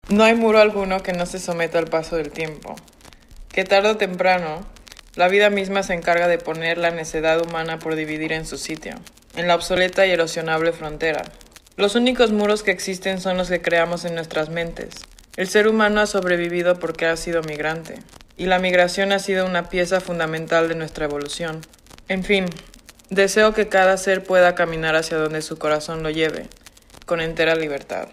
No hay muro alguno que no se someta al paso del tiempo, que tarde o temprano la vida misma se encarga de poner la necedad humana por dividir en su sitio, en la obsoleta y erosionable frontera. Los únicos muros que existen son los que creamos en nuestras mentes. El ser humano ha sobrevivido porque ha sido migrante, y la migración ha sido una pieza fundamental de nuestra evolución. En fin, deseo que cada ser pueda caminar hacia donde su corazón lo lleve, con entera libertad.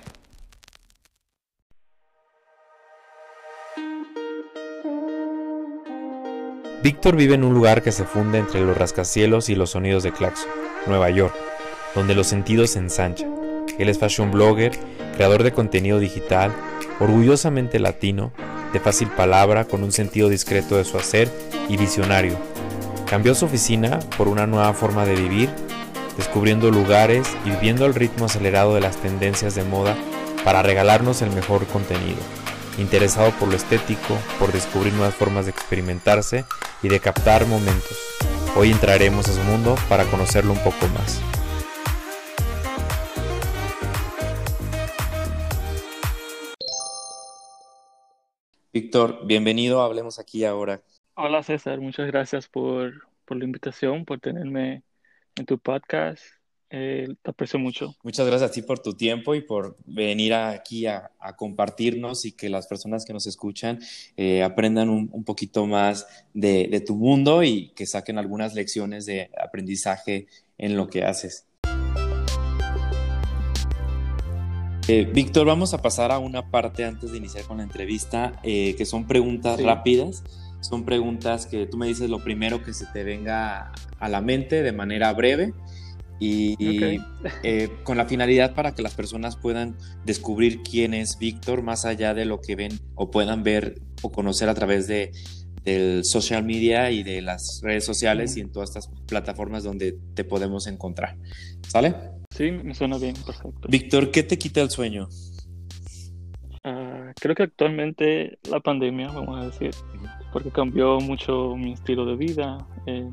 Víctor vive en un lugar que se funde entre los rascacielos y los sonidos de claxon, Nueva York, donde los sentidos se ensanchan. Él es fashion blogger, creador de contenido digital, orgullosamente latino, de fácil palabra, con un sentido discreto de su hacer y visionario. Cambió su oficina por una nueva forma de vivir, descubriendo lugares y viviendo al ritmo acelerado de las tendencias de moda para regalarnos el mejor contenido. Interesado por lo estético, por descubrir nuevas formas de experimentarse y de captar momentos. Hoy entraremos a su mundo para conocerlo un poco más. Víctor, bienvenido a Hablemos Aquí y Ahora. Hola César, muchas gracias por la invitación, por tenerme en tu podcast. Te aprecio mucho. Muchas gracias a ti por tu tiempo y por venir aquí a compartirnos y que las personas que nos escuchan aprendan un poquito más de tu mundo y que saquen algunas lecciones de aprendizaje en lo que haces. Víctor, vamos a pasar a una parte antes de iniciar con la entrevista, que son preguntas rápidas. Son preguntas que tú me dices lo primero que se te venga a la mente de manera breve y con la finalidad para que las personas puedan descubrir quién es Víctor más allá de lo que ven o puedan ver o conocer a través del social media y de las redes sociales y en todas estas plataformas donde te podemos encontrar. ¿Sale? Sí, me suena bien, perfecto. Víctor, ¿qué te quita el sueño? Creo que actualmente la pandemia, vamos a decir, porque cambió mucho mi estilo de vida.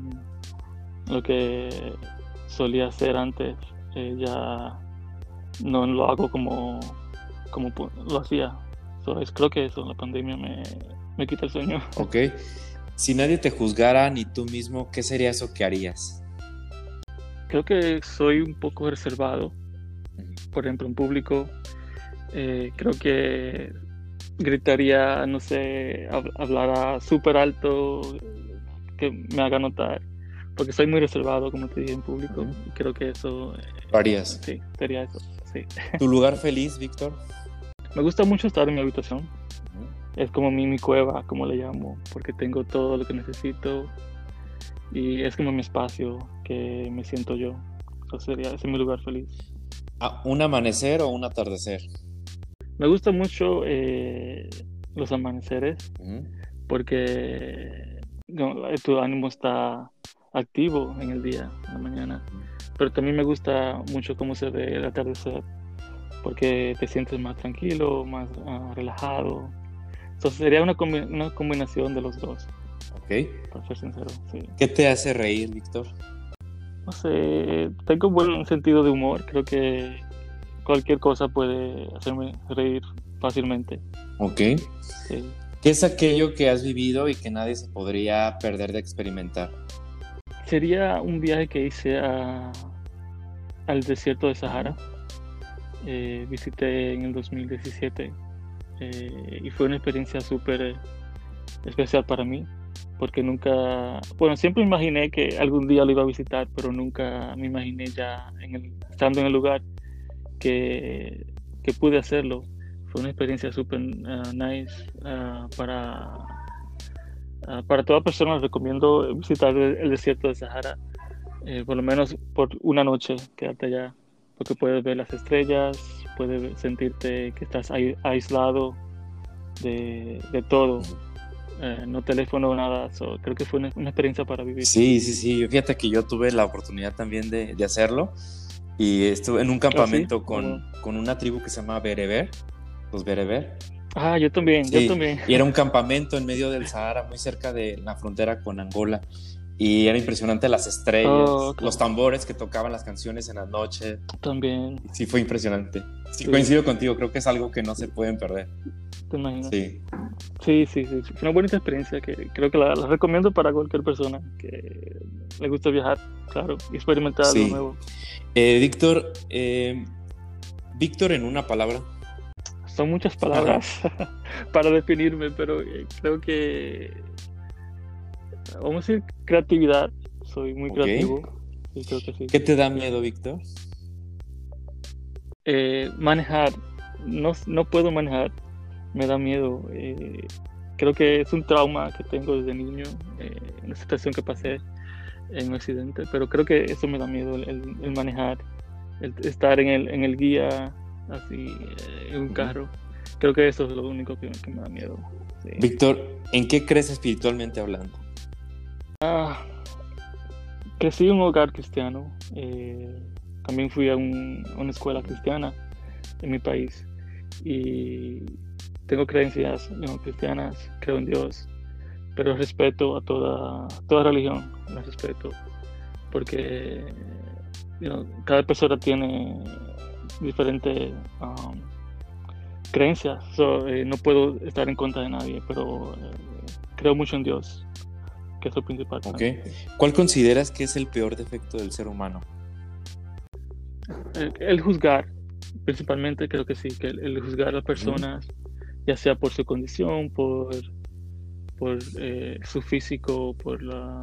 Lo que solía hacer antes, ya no lo hago como lo hacía. Creo que eso, la pandemia me quita el sueño. Ok. Si nadie te juzgara ni tú mismo, ¿qué sería eso que harías? Creo que soy un poco reservado. Por ejemplo, en público, creo que gritaría, no sé, hablara súper alto, que me haga notar, porque soy muy reservado, como te dije, en público, y creo que eso... ¿Lo harías? Sí, sería eso, sí. ¿Tu lugar feliz, Víctor? Me gusta mucho estar en mi habitación. Es como mi cueva, como le llamo, porque tengo todo lo que necesito y es como mi espacio que me siento yo. Ese es mi lugar feliz. ¿Un amanecer o un atardecer? Me gusta mucho los amaneceres porque tu ánimo está activo en el día, en la mañana. Pero también me gusta mucho cómo se ve el atardecer porque te sientes más tranquilo, más relajado. Entonces sería una combinación de los dos. Ok. Para ser sincero, sí. ¿Qué te hace reír, Víctor? No sé, tengo un buen sentido de humor. Creo que cualquier cosa puede hacerme reír fácilmente. Ok. Sí. ¿Qué es aquello que has vivido y que nadie se podría perder de experimentar? Sería un viaje que hice al desierto de Sahara. Visité en el 2017 y fue una experiencia súper especial para mí. Porque siempre imaginé que algún día lo iba a visitar, pero nunca me imaginé ya estando en el lugar que pude hacerlo. Fue una experiencia súper nice para toda persona. Recomiendo visitar el desierto de Sahara, por lo menos por una noche, quedarte allá, porque puedes ver las estrellas, puedes sentirte que estás aislado de todo. No teléfono, nada. Creo que fue una experiencia para vivir. Sí. Fíjate que yo tuve la oportunidad también de hacerlo y estuve en un campamento con una tribu que se llama Bereber, los Bereber. Yo también. Y era un campamento en medio del Sahara, muy cerca de la frontera con Angola. y era impresionante las estrellas, Okay. Los tambores que tocaban las canciones en la noche. También. Sí, fue impresionante. Sí, Sí. coincido contigo, creo que es algo que no se pueden perder. ¿Te imaginas? Sí. Sí. Fue una bonita experiencia que creo que la recomiendo para cualquier persona que le guste viajar, claro, y experimentar algo nuevo. Víctor, Víctor en una palabra. Son muchas palabras para definirme, pero creo que, vamos a decir, creatividad. Soy muy creativo. Y creo que sí. ¿Qué te da miedo, Víctor? Manejar. No puedo manejar. Me da miedo. Creo que es un trauma que tengo desde niño, en la situación que pasé en un accidente, pero creo que eso me da miedo, el manejar, el estar en el guía, así, en un carro. Creo que eso es lo único que me da miedo. Sí. Víctor, ¿en qué crees espiritualmente hablando? Crecí en un hogar cristiano. También fui a una escuela cristiana en mi país y tengo creencias cristianas, creo en Dios, pero respeto a toda religión, la respeto, porque cada persona tiene diferentes creencias, no puedo estar en contra de nadie, pero creo mucho en Dios, que es lo principal. Okay. ¿Cuál consideras que es el peor defecto del ser humano? El juzgar, principalmente creo que sí, que el juzgar a las personas, ya sea por su condición, por su físico, por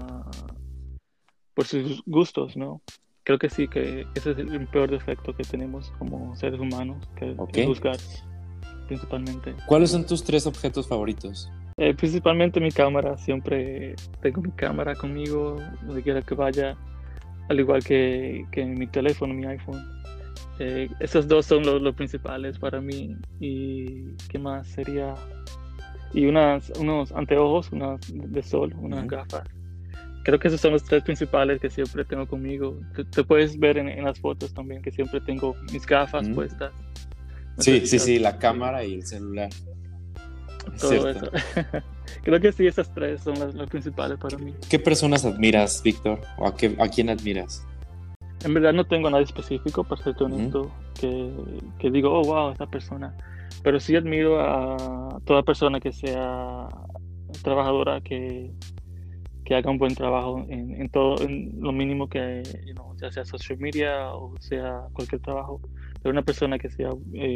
sus gustos, ¿no? Creo que sí, que ese es el peor defecto que tenemos como seres humanos, que el juzgar, principalmente. ¿Cuáles son tus 3 objetos favoritos? Principalmente mi cámara, siempre tengo mi cámara conmigo, donde quiera que vaya, al igual que mi teléfono, mi iPhone. Esos 2 son los principales para mí. ¿Y qué más sería? Y unos anteojos, unas de sol, unas gafas. Creo que esos son los 3 principales que siempre tengo conmigo. Te puedes ver en las fotos también, que siempre tengo mis gafas puestas. Sí, la cámara y el celular. Todo eso. Creo que sí, esas 3 son las principales para mí. ¿Qué personas admiras, Víctor? ¿O a quién admiras? En verdad no tengo a nadie específico, para ser honesto, que digo, oh, wow, esta persona. Pero sí admiro a toda persona que sea trabajadora, que haga un buen trabajo en todo, en lo mínimo que, ya sea social media o sea cualquier trabajo. Pero una persona que sea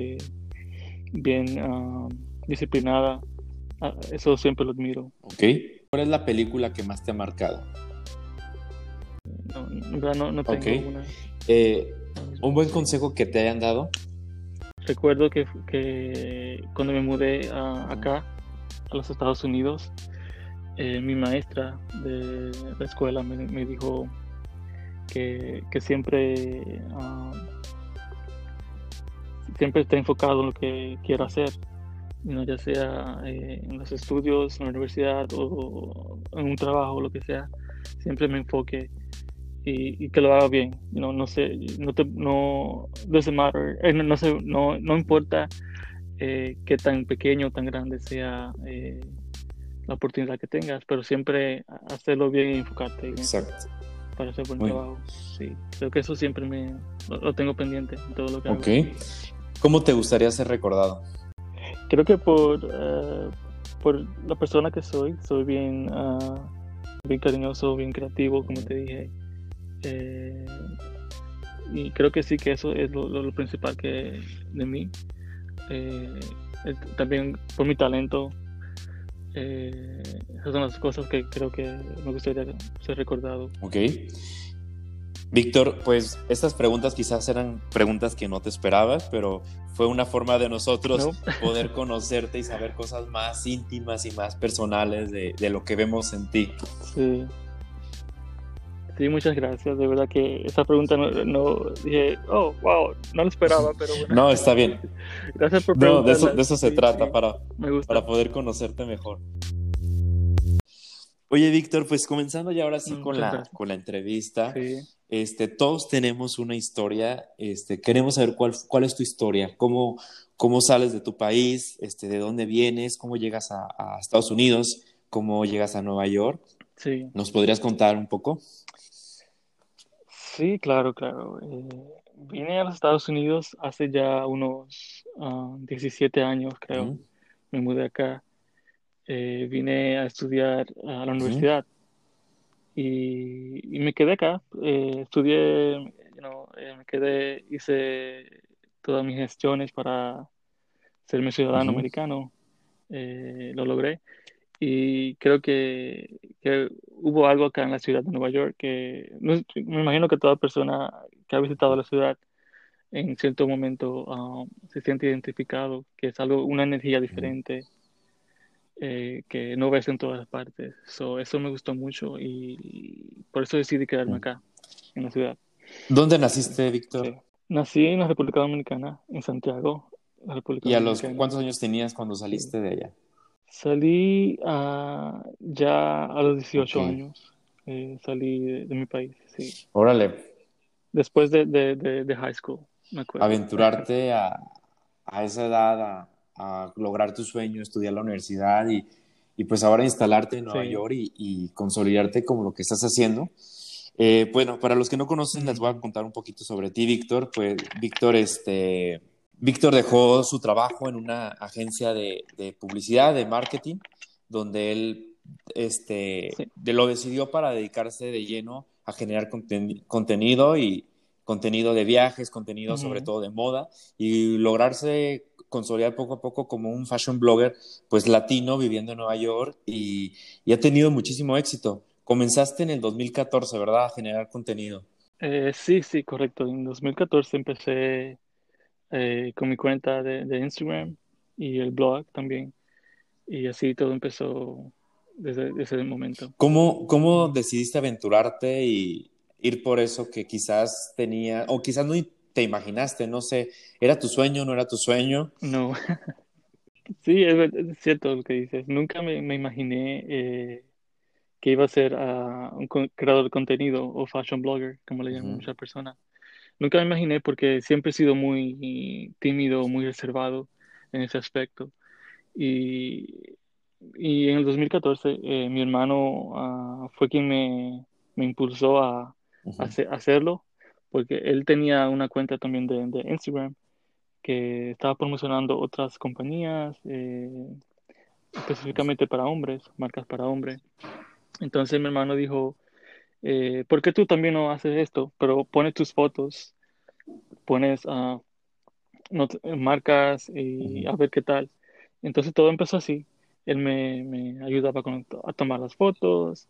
bien disciplinada, eso siempre lo admiro. ¿Cuál es la película que más te ha marcado? En verdad no tengo una. ¿Un buen consejo que te hayan dado? Recuerdo que cuando me mudé acá, a los Estados Unidos, mi maestra de la escuela me dijo que siempre esté enfocado en lo que quiero hacer, ya sea en los estudios, en la universidad o en un trabajo, lo que sea. Siempre me enfoque y que lo haga bien. Doesn't matter. No importa qué tan pequeño o tan grande sea la oportunidad que tengas, pero siempre hacerlo bien y enfocarte en eso para hacer buen trabajo. Sí, creo que eso siempre lo tengo pendiente en todo lo que hago. ¿Cómo te gustaría ser recordado? Creo que por la persona que soy bien cariñoso, bien creativo, como te dije. Y creo que sí, que eso es lo principal de mí. También por mi talento. Esas son las cosas que creo que me gustaría ser recordado. Víctor, pues estas preguntas quizás eran preguntas que no te esperabas, pero fue una forma de nosotros poder conocerte y saber cosas más íntimas y más personales de lo que vemos en ti. Sí, muchas gracias. De verdad que esa pregunta no dije, oh, wow, no lo esperaba, pero bueno. No, está bien. Gracias por preguntarla. De eso se trata, para poder conocerte mejor. Oye, Víctor, pues comenzando ya ahora sí con la entrevista. Sí. Todos tenemos una historia. Queremos saber cuál es tu historia, cómo sales de tu país, de dónde vienes, cómo llegas a Estados Unidos, cómo llegas a Nueva York. Sí, ¿Nos podrías contar un poco? sí, claro, claro. Vine a los Estados Unidos hace ya unos 17 años, creo. Ujú, Me mudé acá. Vine a estudiar a la ujú, universidad y me quedé acá. Estudié, me quedé, hice todas mis gestiones para serme ciudadano ujú, americano. Lo logré. Y creo que hubo algo acá en la ciudad de Nueva York que me imagino que toda persona que ha visitado la ciudad en cierto momento se siente identificado, que es algo, una energía ujú. diferente que no ves en todas partes. Eso me gustó mucho y por eso decidí quedarme acá, en la ciudad. ¿Dónde naciste, Sí. Víctor? Nací en la República Dominicana, en Santiago, la República ¿Y a los Dominicana. cuántos años tenías cuando Sí. saliste de allá? Salí ya a los Ok, 18 años. Salí de mi país, sí. órale, Después de high school, me acuerdo. aventurarte a esa edad, a lograr tu sueño, estudiar la universidad y pues ahora instalarte en Nueva Sí. York y consolidarte como lo que estás haciendo. Bueno, para los que no conocen, les voy a Ujú. contar un poquito sobre ti, Víctor. Pues Víctor, Víctor dejó su trabajo en una agencia de publicidad, de marketing, donde él Sí. lo decidió para dedicarse de lleno a generar contenido y contenido de viajes, contenido sobre Ujú. todo de moda y lograrse consolidar poco a poco como un fashion blogger pues latino viviendo en Nueva York y ha tenido muchísimo éxito. Comenzaste en el 2014, ¿verdad? A generar contenido. Sí, sí, correcto. En 2014 empecé con mi cuenta de Instagram y el blog también. Y así todo empezó desde el momento. ¿Cómo Ujú. decidiste aventurarte y ir por eso que quizás tenía, o quizás no te imaginaste, no sé, ¿era tu sueño, no era tu sueño? No, sí, es cierto lo que dices. Nunca me imaginé que iba a ser un creador de contenido o fashion blogger, como le llaman Ujú, muchas personas. Nunca me imaginé porque siempre he sido muy tímido, muy reservado en ese aspecto. Y, y en el 2014 mi hermano fue quien me impulsó ujú, hacerlo, porque él tenía una cuenta también de Instagram que estaba promocionando otras compañías, específicamente para hombres, marcas para hombres. Entonces mi hermano dijo, ¿por qué tú también no haces esto? Pero pones tus fotos, pones marcas y ujú, a ver qué tal. Entonces todo empezó así. Él me ayudaba a tomar las fotos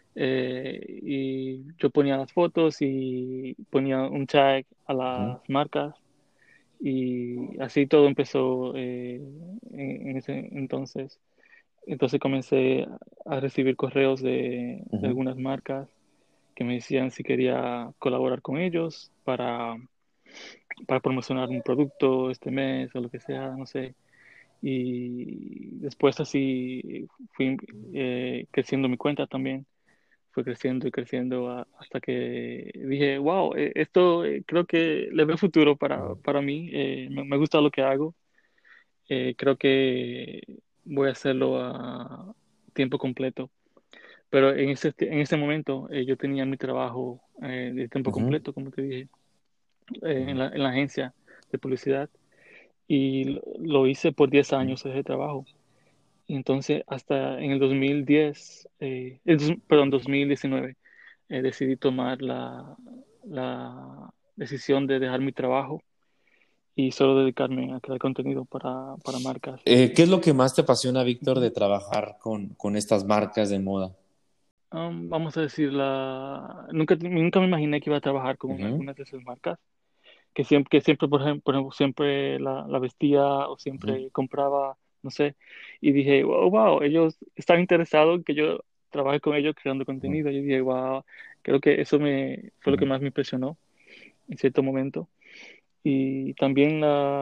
y yo ponía las fotos y ponía un tag a ujú, las marcas y así todo empezó en ese entonces. Entonces comencé a recibir correos de ujú. algunas marcas que me decían si quería colaborar con ellos para promocionar un producto este mes o lo que sea, no sé. Y después así fui creciendo mi cuenta también. Fue creciendo y creciendo hasta que dije, wow, esto creo que le veo futuro para mí. Me gusta lo que hago. Creo que voy a hacerlo a tiempo completo. Pero en ese momento yo tenía mi trabajo de tiempo Ujú. completo, como te dije, en la agencia de publicidad y lo hice por 10 años ese trabajo. Y entonces hasta en el 2010, perdón, 2019, decidí tomar la decisión de dejar mi trabajo y solo dedicarme a crear contenido para marcas. ¿Qué es lo que más te apasiona, Víctor, de trabajar con estas marcas de moda? Vamos a decir, nunca me imaginé que iba a trabajar con Ujú, algunas de esas marcas, que siempre por ejemplo, siempre la vestía o ujú, siempre compraba, no sé, y dije, wow, wow, ellos están interesados en que yo trabaje con ellos creando ujú, contenido. Yo dije, wow, creo que eso fue lo que ujú, más me impresionó en cierto momento. Y también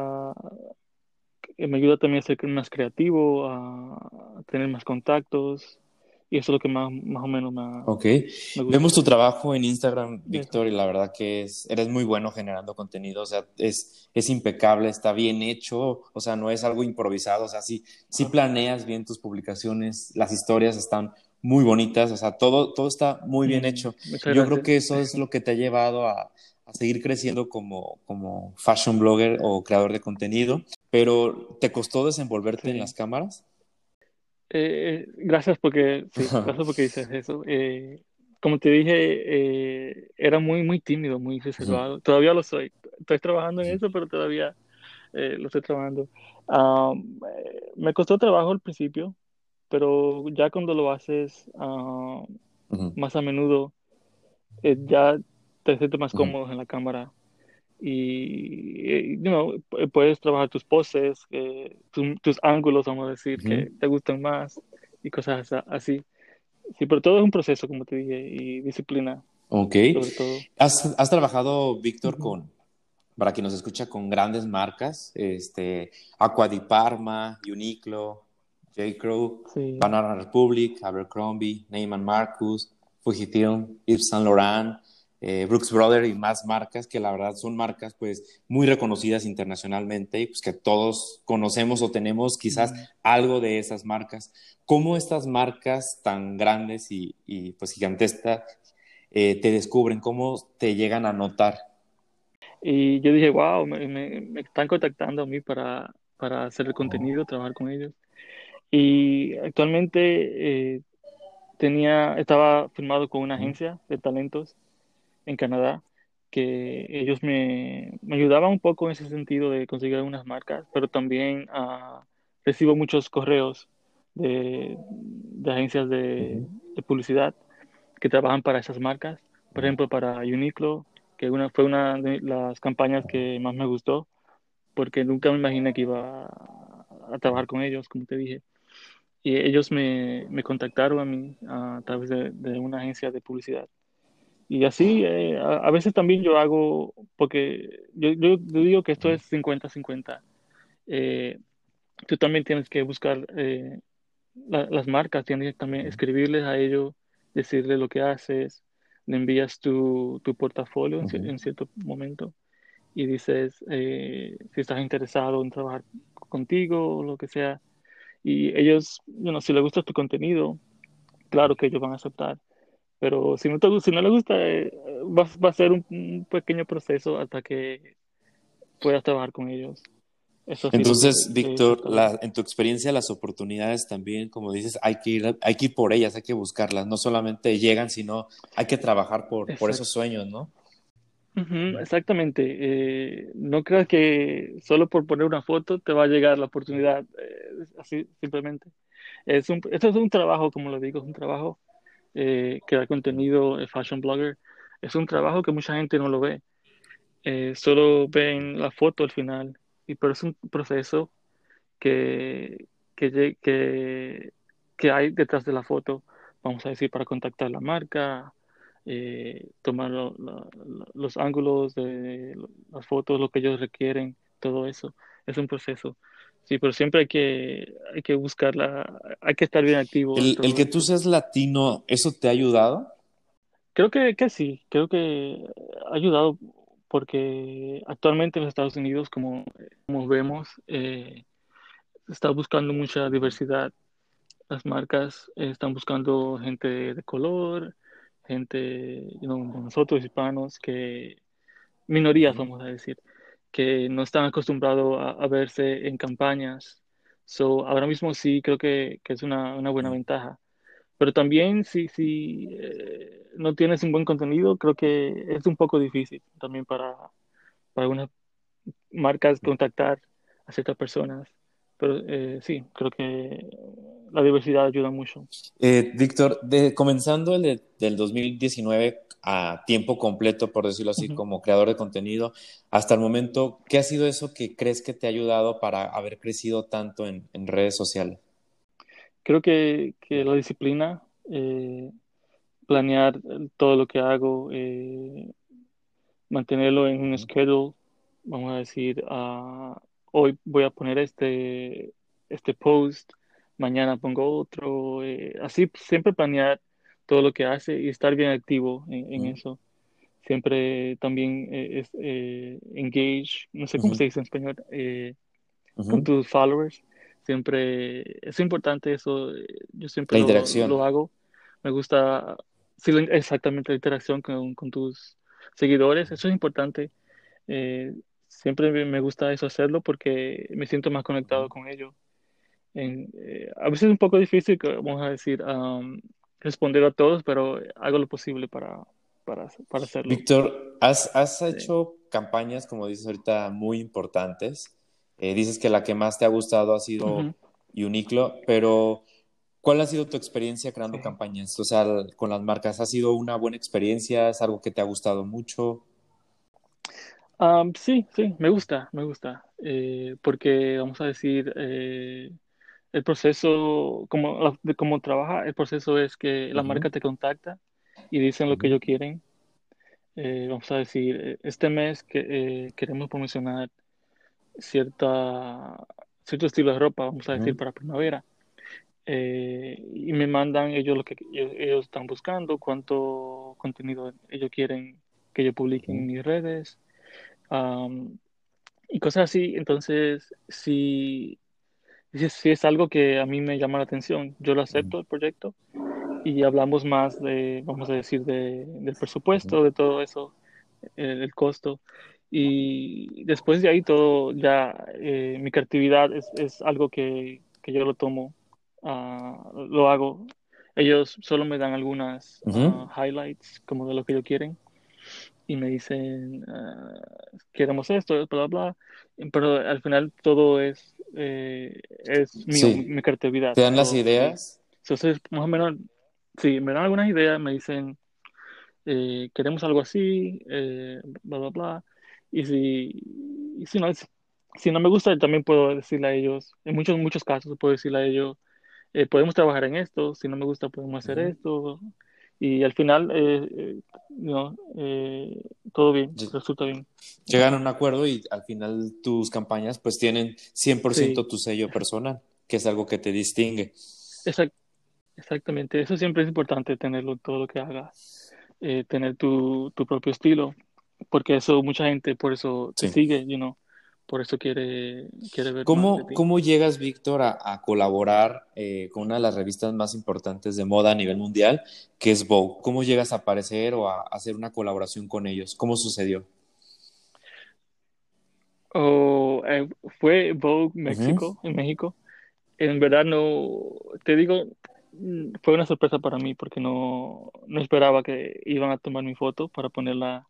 me ayuda también a ser más creativo, a tener más contactos, y eso es lo que más o menos ok. me Vemos gusta tu trabajo en Instagram, de eso. Víctor, y la verdad que eres muy bueno generando contenido, o sea, es impecable, está bien hecho, o sea, no es algo improvisado, o sea, sí Ah, planeas bien tus publicaciones, las historias están muy bonitas, o sea, todo está muy bien hecho. Muchas Yo creo gracias. que eso es lo que te ha llevado a seguir creciendo como fashion blogger o creador de contenido, pero ¿te costó desenvolverte en las Sí. cámaras? Gracias porque dices eso. Como te dije, era muy tímido, muy Ujú, reservado. Todavía lo soy. Estoy trabajando en ujú, eso, pero todavía lo estoy trabajando. Me costó trabajo al principio, pero ya cuando lo haces ujú, más a menudo, ya te sientes más ujú, cómodo en la cámara puedes trabajar tus poses, tus ángulos, vamos a decir, ujú. que te gustan más y cosas así. Sí, pero todo es un proceso, como te dije, y disciplina, Ok. sobre todo. ¿Has trabajado, Víctor, Ujú. con, para quien nos escucha, con grandes marcas? Aqua di Parma, Uniqlo, J. Crew, Sí, Banana Republic, Abercrombie, Neiman Marcus, Fujifilm, Yves Saint Laurent, Brooks Brothers y más marcas que la verdad son marcas pues muy reconocidas internacionalmente y pues que todos conocemos o tenemos quizás mm. algo de esas marcas. ¿Cómo estas marcas tan grandes y pues gigantescas te descubren? ¿Cómo te llegan a notar? Y yo dije, wow, me están contactando a mí para hacer el Oh. contenido, trabajar con ellos. Y actualmente estaba firmado con una Ujú, agencia de talentos en Canadá, que ellos me ayudaban un poco en ese sentido de conseguir algunas marcas, pero también recibo muchos correos de agencias ujú, de publicidad que trabajan para esas marcas. Por ujú. ejemplo, para Uniqlo, que fue una de las campañas que más me gustó, porque nunca me imaginé que iba a trabajar con ellos, como te dije. Y ellos me contactaron a mí a través de una agencia de publicidad. Y así, a veces también yo hago, porque yo digo que esto es 50-50. Eh, Tú también tienes que buscar las marcas, tienes que también escribirles a ellos, decirles lo que haces, le envías tu portafolio Ujú. en cierto momento y dices si estás interesado en trabajar contigo o lo que sea. Y ellos, si les gusta tu contenido, claro que ellos van a aceptar. Pero si no le gusta, va a ser un pequeño proceso hasta que puedas trabajar con ellos. Eso ha sido lo que Entonces, he hecho Víctor, hasta ahora. en tu experiencia, las oportunidades también, como dices, hay que ir por ellas, hay que buscarlas. No solamente llegan, sino hay que trabajar por esos Exacto. sueños, ¿no? Ujú, exactamente. No creas que solo por poner una foto te va a llegar la oportunidad, así simplemente. Esto es un trabajo, como lo digo, es un trabajo que da contenido, fashion blogger. Es un trabajo que mucha gente no lo ve. Solo ven la foto al final, pero es un proceso que, que, lle- que, que hay detrás de la foto, vamos a decir, para contactar la marca, tomar los ángulos de las fotos, lo que ellos requieren, todo eso. Es un proceso. Sí, pero siempre hay que buscarla, hay que estar bien activo en El todo que tú esto. seas latino, ¿eso te ha ayudado? Creo que sí, creo que ha ayudado porque actualmente en los Estados Unidos, como vemos, se está buscando mucha diversidad. Las marcas están buscando gente de color, gente, como nosotros hispanos, minorías, Ujú, vamos a decir, que no están acostumbrados a verse en campañas. So, ahora mismo sí creo que es una buena ujú. ventaja. Pero también si no tienes un buen contenido, creo que es un poco difícil también para algunas marcas contactar a ciertas personas. Pero sí, creo que la diversidad ayuda mucho. Víctor, comenzando del 2019 a tiempo completo, por decirlo así, Ujú. como creador de contenido, hasta el momento, ¿qué ha sido eso que crees que te ha ayudado para haber crecido tanto en redes sociales? Creo que la disciplina, planear todo lo que hago, mantenerlo en un schedule, vamos a decir, hoy voy a poner este post, mañana pongo otro, así siempre planear todo lo que hace y estar bien activo en Ujú, eso. Siempre también engage, no sé cómo ujú, se dice en español, con ujú. tus followers. Siempre es importante eso, yo siempre La interacción. lo hago. Me gusta, sí, exactamente la interacción con tus seguidores. Eso es importante. Eh, Siempre me gusta eso hacerlo porque me siento más conectado con ellos. A veces es un poco difícil, vamos a decir, responder a todos, pero hago lo posible para hacerlo. Víctor, has Sí. hecho campañas, como dices ahorita, muy importantes. Dices que la que más te ha gustado ha sido Ujú, Uniqlo, pero ¿cuál ha sido tu experiencia creando sí. campañas? O sea, con las marcas, ¿ha sido una buena experiencia? ¿Es algo que te ha gustado mucho? Sí, sí, me gusta, me gusta. Porque vamos a decir, el proceso, de cómo trabaja, el proceso es que la Ujú, marca te contacta y dicen lo que ujú, ellos quieren. Vamos a decir, este mes que queremos promocionar cierta, cierto estilo de ropa, vamos a decir, ujú, para primavera. Y me mandan ellos lo que ellos están buscando, cuánto contenido ellos quieren que yo publique en ujú, mis redes, am, y cosas así. Entonces, si es algo que a mí me llama la atención, yo lo ujú, acepto el proyecto y hablamos más vamos a decir, del ujú. presupuesto, de todo eso, el costo. Y después de ahí todo, ya mi creatividad es algo que yo lo tomo, lo hago. Ellos solo me dan algunas Ujú. highlights como de lo que ellos quieren y me dicen, queremos esto, bla, bla, bla. Pero al final todo es mío, Sí, mi creatividad, te dan las todo, sí. ideas. Entonces, más o menos, sí, me dan algunas ideas, me dicen, queremos algo así, bla, bla, bla. Y si no, si no me gusta, también puedo decirle a ellos, en muchos casos puedo decirle a ellos, podemos trabajar en esto, si no me gusta, podemos hacer Ujú. esto. Y al final, no, todo bien, resulta bien. Llegan a un acuerdo y al final tus campañas pues tienen 100% Sí, tu sello personal, que es algo que te distingue. exact- exactamente. Eso siempre es importante tenerlo en todo lo que hagas, tener tu propio estilo, porque eso mucha gente por eso te Sí. sigue, por eso quiere ver más de ti. ¿Cómo llegas, Víctor, a colaborar con una de las revistas más importantes de moda a nivel mundial, que es Vogue? ¿Cómo llegas a aparecer o a hacer una colaboración con ellos? ¿Cómo sucedió? O fue Vogue Ujú, México, en México. En verdad no, te digo, fue una sorpresa para mí porque no esperaba que iban a tomar mi foto para ponerla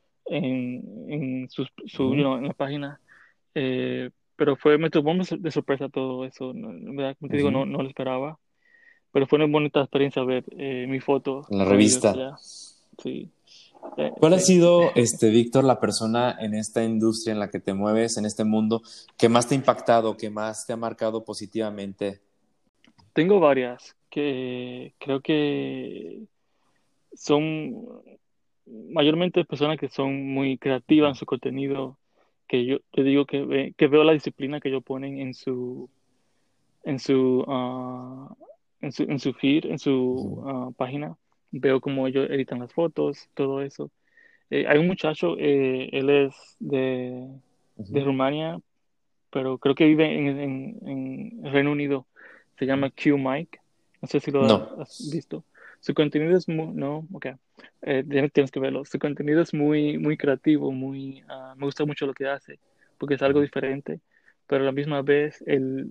en ujú, en la página. Pero me tomó de sorpresa todo eso. En verdad, como te digo, ujú. no lo esperaba. Pero fue una bonita experiencia ver mi foto En la con ellos revista. allá. Sí, ¿Cuál ha sí. sido, Víctor, la persona en esta industria en la que te mueves, en este mundo, que más te ha impactado, que más te ha marcado positivamente? Tengo varias que creo que son mayormente personas que son muy creativas en su contenido, que yo te digo que veo la disciplina que ellos ponen en su, ah, en su feed, en su Ujú, página. Veo cómo ellos editan las fotos, todo eso. Hay un muchacho, él es de ujú. Rumania, pero creo que vive en Reino Unido. Se llama Q Mike. No sé si lo No. has visto. Su contenido es muy... No, ok. Tienes que verlo. Su contenido es muy creativo, me gusta mucho lo que hace, porque es algo diferente, pero a la misma vez él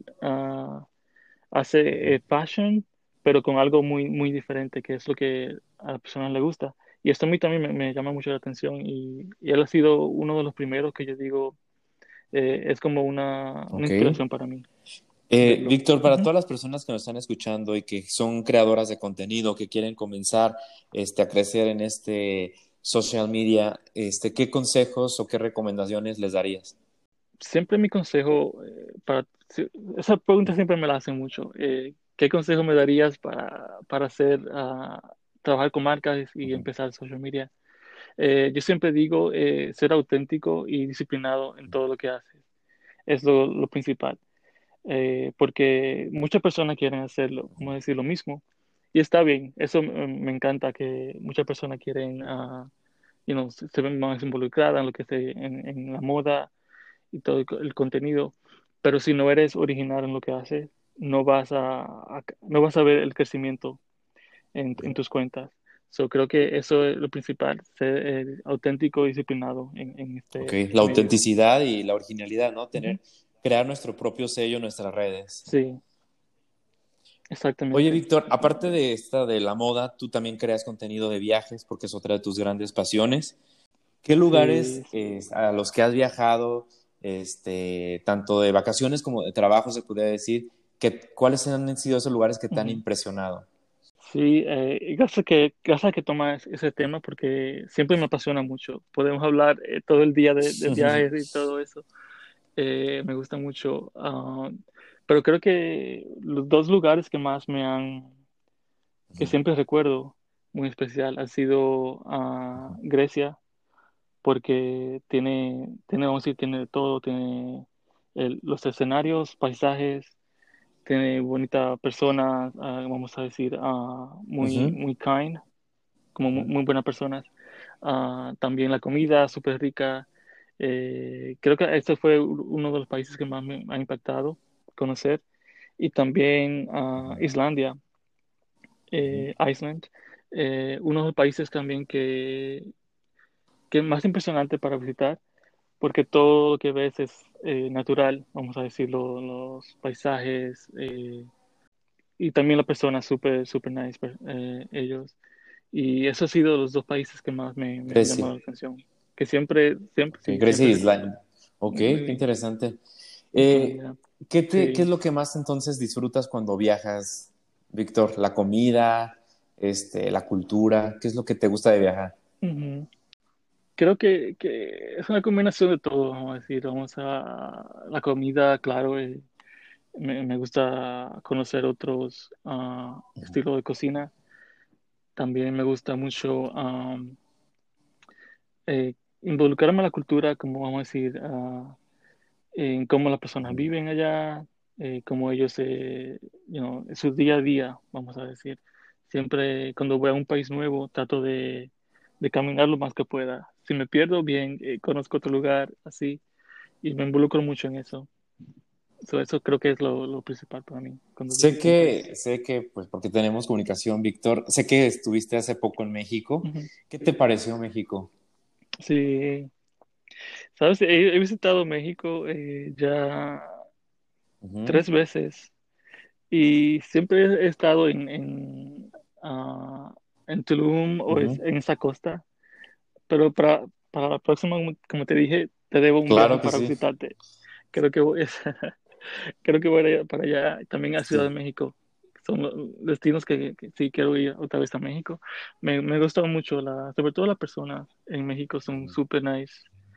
hace fashion, pero con algo muy diferente, que es lo que a la persona le gusta. Y esto a mí también me llama mucho la atención y él ha sido uno de los primeros que yo digo, es como una Ok. inspiración para mí verlo. Víctor, para Ujú. todas las personas que nos están escuchando y que son creadoras de contenido, que quieren comenzar a crecer en este social media, ¿qué consejos o qué recomendaciones les darías? Siempre mi consejo, esa pregunta siempre me la hacen mucho. ¿Qué consejo me darías para trabajar con marcas y Ujú, empezar social media? Yo siempre digo ser auténtico y disciplinado en todo lo que haces. Es lo principal. Porque muchas personas quieren hacerlo, como decir lo mismo. Y está bien, eso me encanta que muchas personas quieren, se ven más involucradas en lo que en la moda y todo el contenido. Pero si no eres original en lo que haces, no vas a ver el crecimiento en tus cuentas. So, creo que eso es lo principal, ser auténtico y disciplinado en Ok, este la medio. autenticidad y la originalidad, ¿no? Ujú. Crear nuestro propio sello en nuestras redes. Sí, Oye, exactamente. Víctor, aparte de esta de la moda, tú también creas contenido de viajes porque es otra de tus grandes pasiones. ¿Qué Sí, lugares sí. a los que has viajado, tanto de vacaciones como de trabajo, se podría decir, cuáles han sido esos lugares que te han Ujú. impresionado? Sí, y gracias que tomas ese tema porque siempre me apasiona mucho. Podemos hablar todo el día de viajes y todo eso. Me gusta mucho. Pero creo que los dos lugares que más que siempre recuerdo muy especial, ha sido Grecia, porque vamos a decir, tiene de todo, tiene los escenarios, paisajes, tiene bonita persona, vamos a decir, muy, Ujú, muy kind, como muy, ujú, muy buenas personas. También la comida súper rica. Creo que este fue uno de los países que más me ha impactado conocer. Y también Islandia, ujú. Iceland, uno de los países también que es más impresionante para visitar, porque todo lo que ves es natural, vamos a decirlo, los paisajes y también las personas súper, súper nice, ellos. Y eso ha sido los dos países que más me han Grecia. llamado la atención, que siempre, siempre, Ok, sí, Grecia e siempre recuerdo. Islandia. Ok, Muy, muy qué bien. interesante. Islandia, ¿Qué es sí. lo que más entonces disfrutas cuando viajas, Víctor? ¿La comida, la cultura? ¿Qué es lo que te gusta de viajar? Ujú. Creo que es una combinación de todo, vamos a decir. Vamos a la comida, claro, me gusta conocer otros estilos de cocina. También me gusta mucho eh, involucrarme en la cultura, como vamos a decir, en cómo las personas Ujú. viven allá, cómo ellos, su día a día, vamos a decir. Siempre cuando voy a un país nuevo, trato de caminar lo más que pueda. Si me pierdo, bien, conozco otro lugar, así, y me involucro mucho en eso. Eso creo que es lo principal para mí cuando visito un país. Pues porque tenemos comunicación, Víctor, sé que estuviste hace poco en México. Ujú. ¿Qué te pareció México? Sí, sabes, he visitado México ya Ujú, 3 veces y siempre he estado en Tulum o ujú. en esa costa, pero para la próxima, como te dije, te debo un viaje Claro que para sí. visitarte. Creo que voy, creo que voy a ir para allá, también a Ciudad de Sí. México. Son los destinos que sí quiero ir otra vez a México. Me gustó mucho, sobre todo las personas en México son súper nice,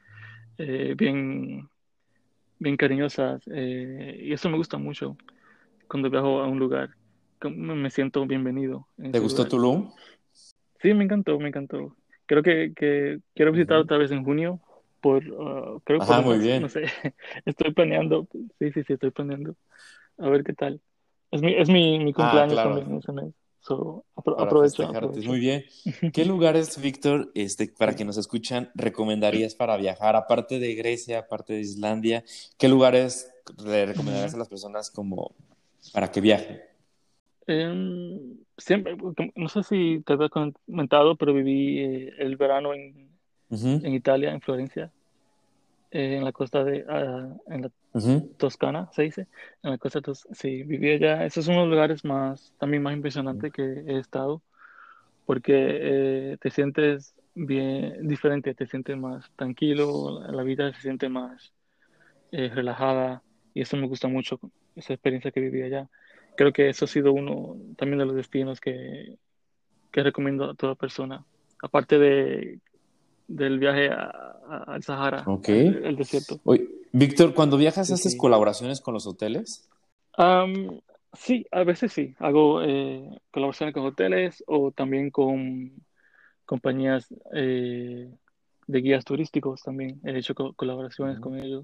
bien, bien cariñosas, y eso me gusta mucho cuando viajo a un lugar. Como me siento bienvenido en ¿Te ese gustó lugar. Tulum? Sí, me encantó, me encantó. Creo que quiero visitar Ujú. otra vez en junio, creo por Ajá, un muy mes, no bien. sé. Estoy planeando, sí, sí, sí, estoy planeando. A ver qué tal. Es mi Ah, cumpleaños claro, también ese mes. So, para aprovecho, festejarte. aprovecho. Muy bien. ¿Qué lugares, Víctor, para Sí. que nos escuchan, recomendarías para viajar? Aparte de Grecia, aparte de Islandia, ¿qué lugares le recomendarías Ujú. a las personas como para que viajen? Siempre, no sé si te había comentado, pero viví el verano Ujú, en Italia, en Florencia, en la costa en la ujú, Toscana, se dice, en la costa, sí, viví allá. Esos son los lugares también más impresionantes que he estado, porque te sientes bien diferente, te sientes más tranquilo, la vida se siente más relajada, y eso me gusta mucho, esa experiencia que viví allá. Creo que eso ha sido uno también de los destinos que recomiendo a toda persona, aparte del viaje al Sahara, ok. al desierto. Oye, Víctor, cuando viajas, Sí, ¿haces sí. colaboraciones con los hoteles? Sí, a veces sí. Hago colaboraciones con hoteles o también con compañías de guías turísticos también. He hecho colaboraciones Ujú, con ellos.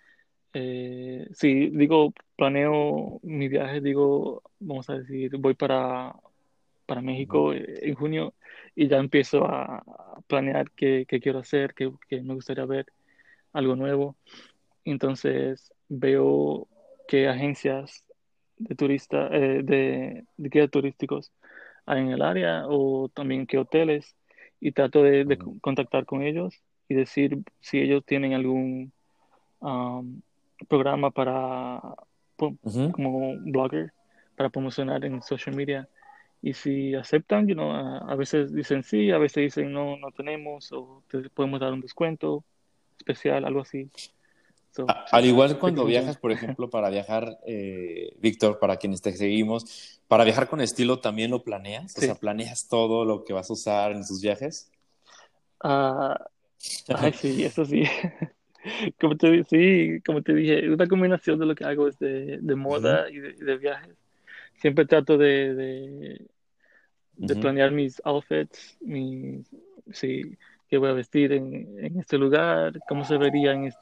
Sí, digo, planeo mi viaje, digo, vamos a decir, voy para ujú. México en junio y ya empiezo a planear qué quiero hacer, qué me gustaría ver, algo nuevo. Entonces veo qué agencias de guías turísticos hay en el área o también qué hoteles y trato de Ujú. contactar con ellos y decir si ellos tienen algún um, programa Ujú. como blogger para promocionar en social media. Y si aceptan, a veces dicen sí, a veces dicen no, no tenemos, o te podemos dar un descuento especial, algo así. So, Al sí, igual sé que cuando funciona. viajas, por ejemplo, para viajar, Víctor, para quienes te seguimos, para viajar con estilo, ¿también lo planeas? O sea, Sí. ¿planeas todo lo que vas a usar en tus viajes? Ah, ay, sí, eso sí. Sí, como te dije, una combinación de lo que hago es de Ujú, moda y de viajes. Siempre trato de ujú, planear mis outfits, sí, qué voy a vestir en este lugar, cómo se vería en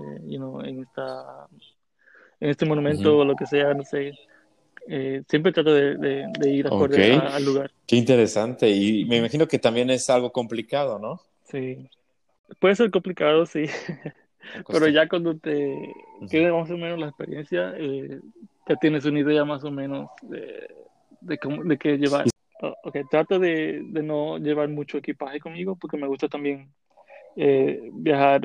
en este monumento ujú. o lo que sea, no sé. Siempre trato de ir Ok, acorde al lugar. qué interesante. Y me Ujú. imagino que también es algo complicado, ¿no? Sí, puede ser complicado, sí, pero Acostu- ya cuando te Ujú. quede más o menos la experiencia, ya tienes una idea más o menos de qué llevar. Ok, trato de no llevar mucho equipaje conmigo porque me gusta también viajar,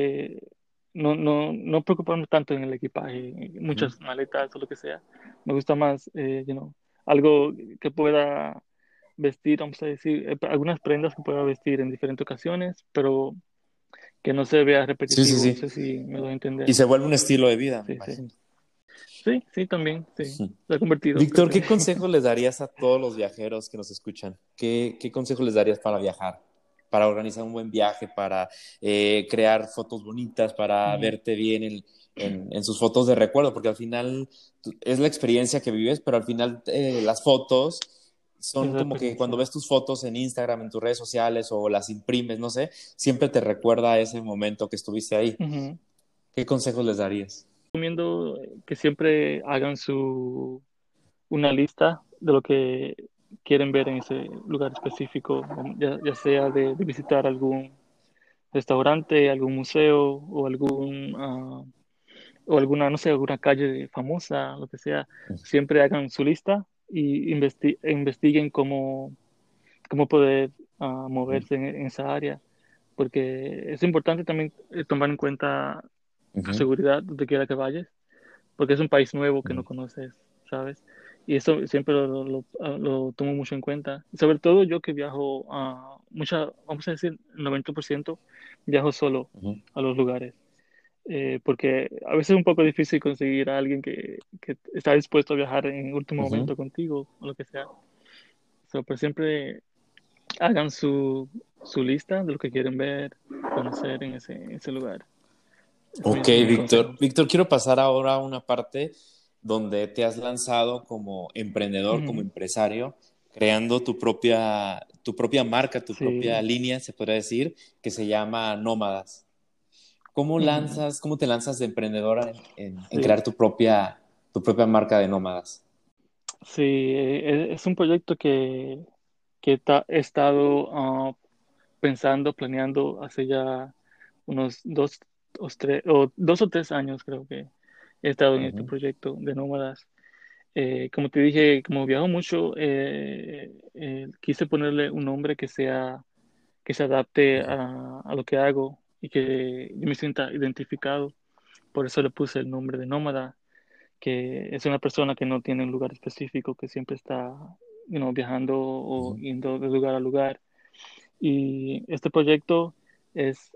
no preocuparme tanto en el equipaje, Ujú. muchas maletas o lo que sea. Me gusta más, algo que pueda vestir, vamos a decir, algunas prendas que pueda vestir en diferentes ocasiones, pero que no se vea Sí, sí, repetitivo. No sí. sé si me doy a Y entender. se vuelve un estilo de vida, me Sí, sí. imagino. Sí, sí, también, sí. Ujú. Lo he convertido, pero Víctor, sí. ¿qué consejos les darías a todos los viajeros que nos escuchan? ¿Qué consejos les darías para viajar? Para organizar un buen viaje, para crear fotos bonitas, para Ujú. verte bien en sus fotos de recuerdo, porque al final es la experiencia que vives, pero al final las fotos son Esa como que cuando experiencia. ves tus fotos en Instagram, en tus redes sociales o las imprimes, no sé, siempre te recuerda a ese momento que estuviste ahí. Ujú. ¿Qué consejos les darías? Recomiendo que siempre hagan una lista de lo que quieren ver en ese lugar específico, ya sea de visitar algún restaurante, algún museo o alguna, no sé, alguna calle famosa, lo que sea. Siempre hagan su lista y investiguen cómo poder moverse en esa área, porque es importante también tomar en cuenta tu Ujú, seguridad donde quiera que vayas porque es un país nuevo que no ujú, conoces, ¿sabes? Y eso siempre lo tomo mucho en cuenta. Y sobre todo yo que viajo vamos a decir, 90% viajo solo ujú, a los lugares. Porque a veces es un poco difícil conseguir a alguien que está dispuesto a viajar en último ujú. momento contigo o lo que sea. Pero siempre hagan su lista de lo que quieren ver, conocer en ese lugar. Es Ok, mi Víctor. consejo. Víctor, quiero pasar ahora a una parte donde te has lanzado como emprendedor, como Ujú. empresario, creando tu propia marca, tu propia Sí. línea, se podría decir, que se llama Nómadas. Ujú. ¿Cómo te lanzas de emprendedora en Sí. crear tu propia marca de Nómadas? Sí, es un proyecto que he estado pensando, planeando hace ya unos 2 o 3 años, creo que he estado en este Ujú, proyecto de nómadas. Como te dije, como viajo mucho, quise ponerle un nombre que se adapte ujú, a lo que hago y que yo me sienta identificado. Por eso le puse el nombre de nómada, que es una persona que no tiene un lugar específico, que siempre está, viajando o ujú, yendo de lugar a lugar. Y este proyecto es,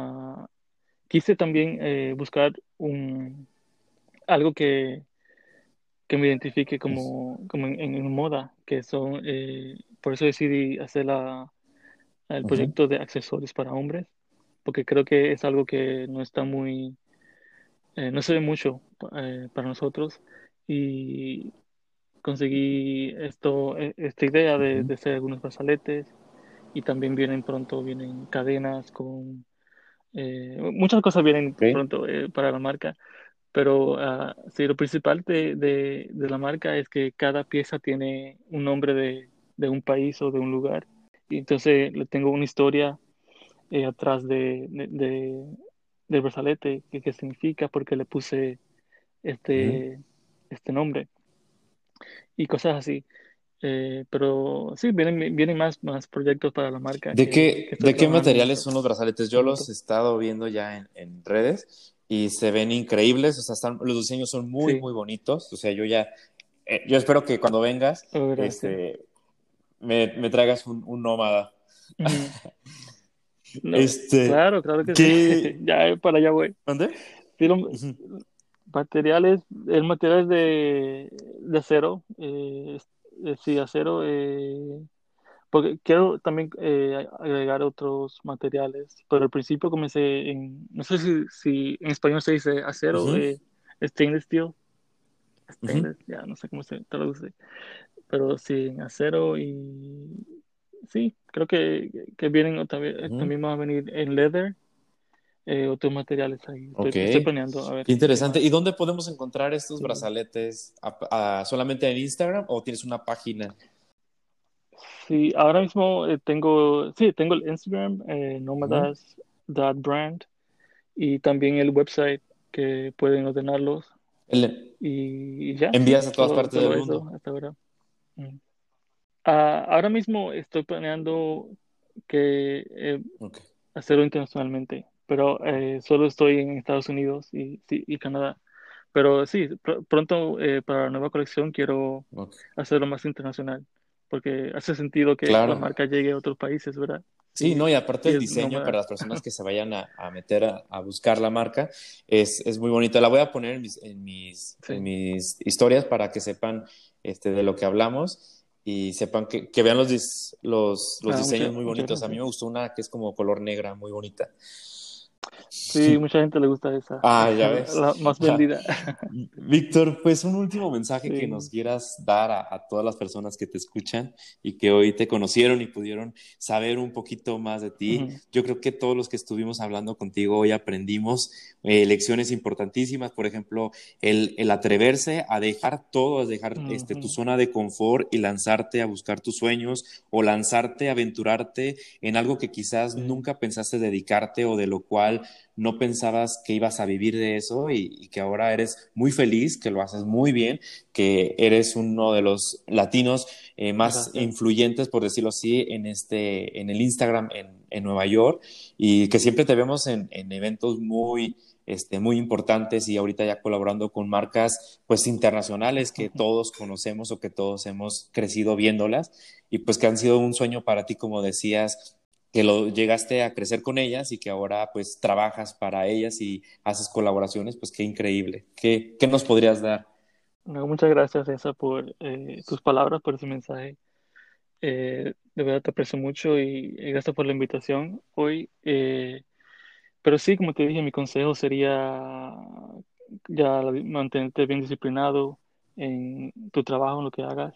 quise también buscar algo que me identifique como en moda, que son, por eso decidí hacer el ujú, proyecto de accesorios para hombres, porque creo que es algo que no está no se ve mucho para nosotros. Y conseguí esta idea ujú. de hacer algunos brazaletes y también vienen cadenas muchas cosas vienen Ok, pronto para la marca, pero sí, lo principal de la marca es que cada pieza tiene un nombre de un país o de un lugar y entonces le tengo una historia atrás del brazalete, qué significa, por qué le puse ujú, este nombre y cosas así. Pero sí, vienen más proyectos para la marca ¿De que estoy de qué trabajando en materiales eso. son los brazaletes? Yo los Pronto. he estado viendo ya en redes y se ven increíbles, o sea, los diseños son muy, Sí, muy bonitos, o sea, yo espero que cuando vengas, oh, gracias. me traigas un nómada. Ujú. No, Este, claro, claro que sí. ¿qué? Ya para allá voy. ¿Dónde? Sí, Ujú, materiales, el material es de acero, sí, acero, porque quiero también agregar otros materiales, pero al principio comencé no sé si en español se dice acero, ujú, stainless steel, ujú. stainless, ya no sé cómo se traduce, pero sí, en acero y sí, creo que vienen Ujú. también van a venir en leather, otros materiales ahí, Ok, estoy planeando a qué ver qué interesante. ¿Y más. dónde podemos encontrar estos Sí. brazaletes? ¿Solamente en Instagram o tienes una página? Sí, ahora mismo tengo el Instagram, Ujú. nomadas.brand, y también el website que pueden ordenarlos. Y ya, sí, Envías a todas partes del solo mundo. eso hasta ahora. Mm. Ahora mismo estoy planeando que Ok, hacerlo internacionalmente, pero solo estoy en Estados Unidos y, sí, y Canadá. Pero sí, pronto para la nueva colección quiero ok. hacerlo más internacional, porque hace sentido que la Claro. marca llegue a otros países, ¿verdad? Sí, Sí, no, y aparte sí el es diseño para nómada. las personas que se vayan a meter a buscar la marca es muy bonito. La voy a poner en Sí. mis historias para que sepan de lo que hablamos y sepan que vean los diseños muy Muchas bonitos. A mí gracias. me gustó una que es como color negra, muy bonita. Sí, mucha gente le gusta esa, Ah, esa ya es ves. la más vendida. Víctor, pues un último mensaje que nos Sí. quieras dar a todas las personas que te escuchan y que hoy te conocieron y pudieron saber un poquito más de ti. Ujú, Yo creo que todos los que estuvimos hablando contigo hoy aprendimos lecciones importantísimas, por ejemplo, el atreverse a dejar todo, a dejar tu ujú, zona de confort y lanzarte a buscar tus sueños o lanzarte, aventurarte en algo que quizás sí. nunca pensaste dedicarte o de lo cual no pensabas que ibas a vivir de eso y que ahora eres muy feliz, que lo haces muy bien, que eres uno de los latinos más Gracias. influyentes, por decirlo así, en el Instagram en Nueva York y que siempre te vemos en eventos muy importantes y ahorita ya colaborando con marcas pues internacionales que Ujú. todos conocemos o que todos hemos crecido viéndolas y pues que han sido un sueño para ti, como decías, que lo llegaste a crecer con ellas y que ahora pues trabajas para ellas y haces colaboraciones, pues qué increíble. ¿Qué nos podrías dar? No, muchas gracias, César, por tus palabras, por ese mensaje. De verdad te aprecio mucho y gracias por la invitación hoy. Pero sí, como te dije, mi consejo sería mantenerte bien disciplinado en tu trabajo, en lo que hagas,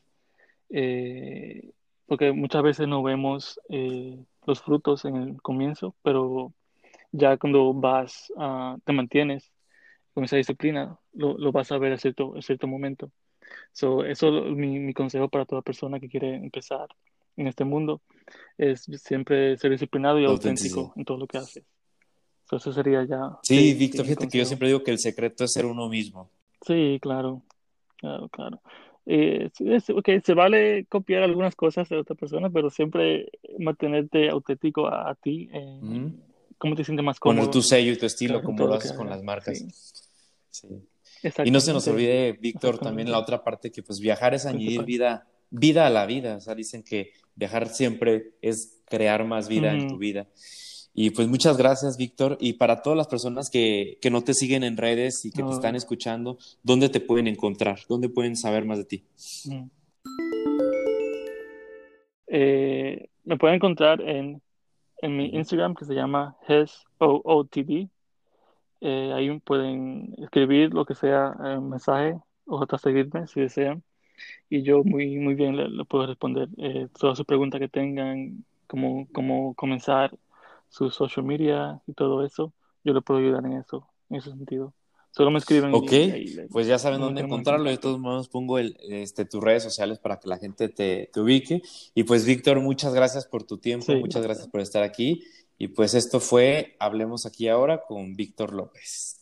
porque muchas veces no vemos los frutos en el comienzo, pero ya cuando te mantienes con esa disciplina, lo vas a ver a cierto momento. Eso es mi consejo para toda persona que quiere empezar en este mundo, es siempre ser disciplinado y La autenticidad. auténtico en todo lo que haces. Eso sería ya, Sí, sí, sí, Víctor, mi fíjate que yo consejo. siempre digo que el secreto es ser uno mismo. Sí, claro, claro, claro. Sí, ok, se vale copiar algunas cosas de otra persona, pero siempre mantenerte auténtico a ti, Ujú. cómo te sientes más Poner cómodo, tu sello y tu estilo claro, en como todo lo lo que haces con hagas. las marcas. Sí, Sí. Y no se nos exactamente, olvide, Víctor, también la exactamente, otra parte que pues viajar es añadir principal. vida a la vida. O sea, dicen que viajar siempre es crear más vida en tu Ujú. vida. Y pues muchas gracias, Víctor. Y para todas las personas que no te siguen en redes y que te están No, escuchando, ¿dónde te pueden encontrar? ¿Dónde pueden saber más de ti? ujú. Me pueden encontrar en mi Ujú. Instagram que se llama HESOOTD. Ahí pueden escribir lo que sea, mensaje o hasta seguirme si desean. Y yo muy bien le puedo responder todas sus preguntas que tengan, cómo comenzar su social media y todo eso. Yo le puedo ayudar en eso, en ese sentido. Solo me escriben Ok, y ahí pues ya saben nos dónde mantenemos en encontrarlo. De contacto. todos modos, pongo tus redes sociales para que la gente te ubique. Y pues, Víctor, muchas gracias por tu tiempo, Sí, muchas gracias gracias. por estar aquí. Y pues esto fue Hablemos aquí ahora con Víctor López.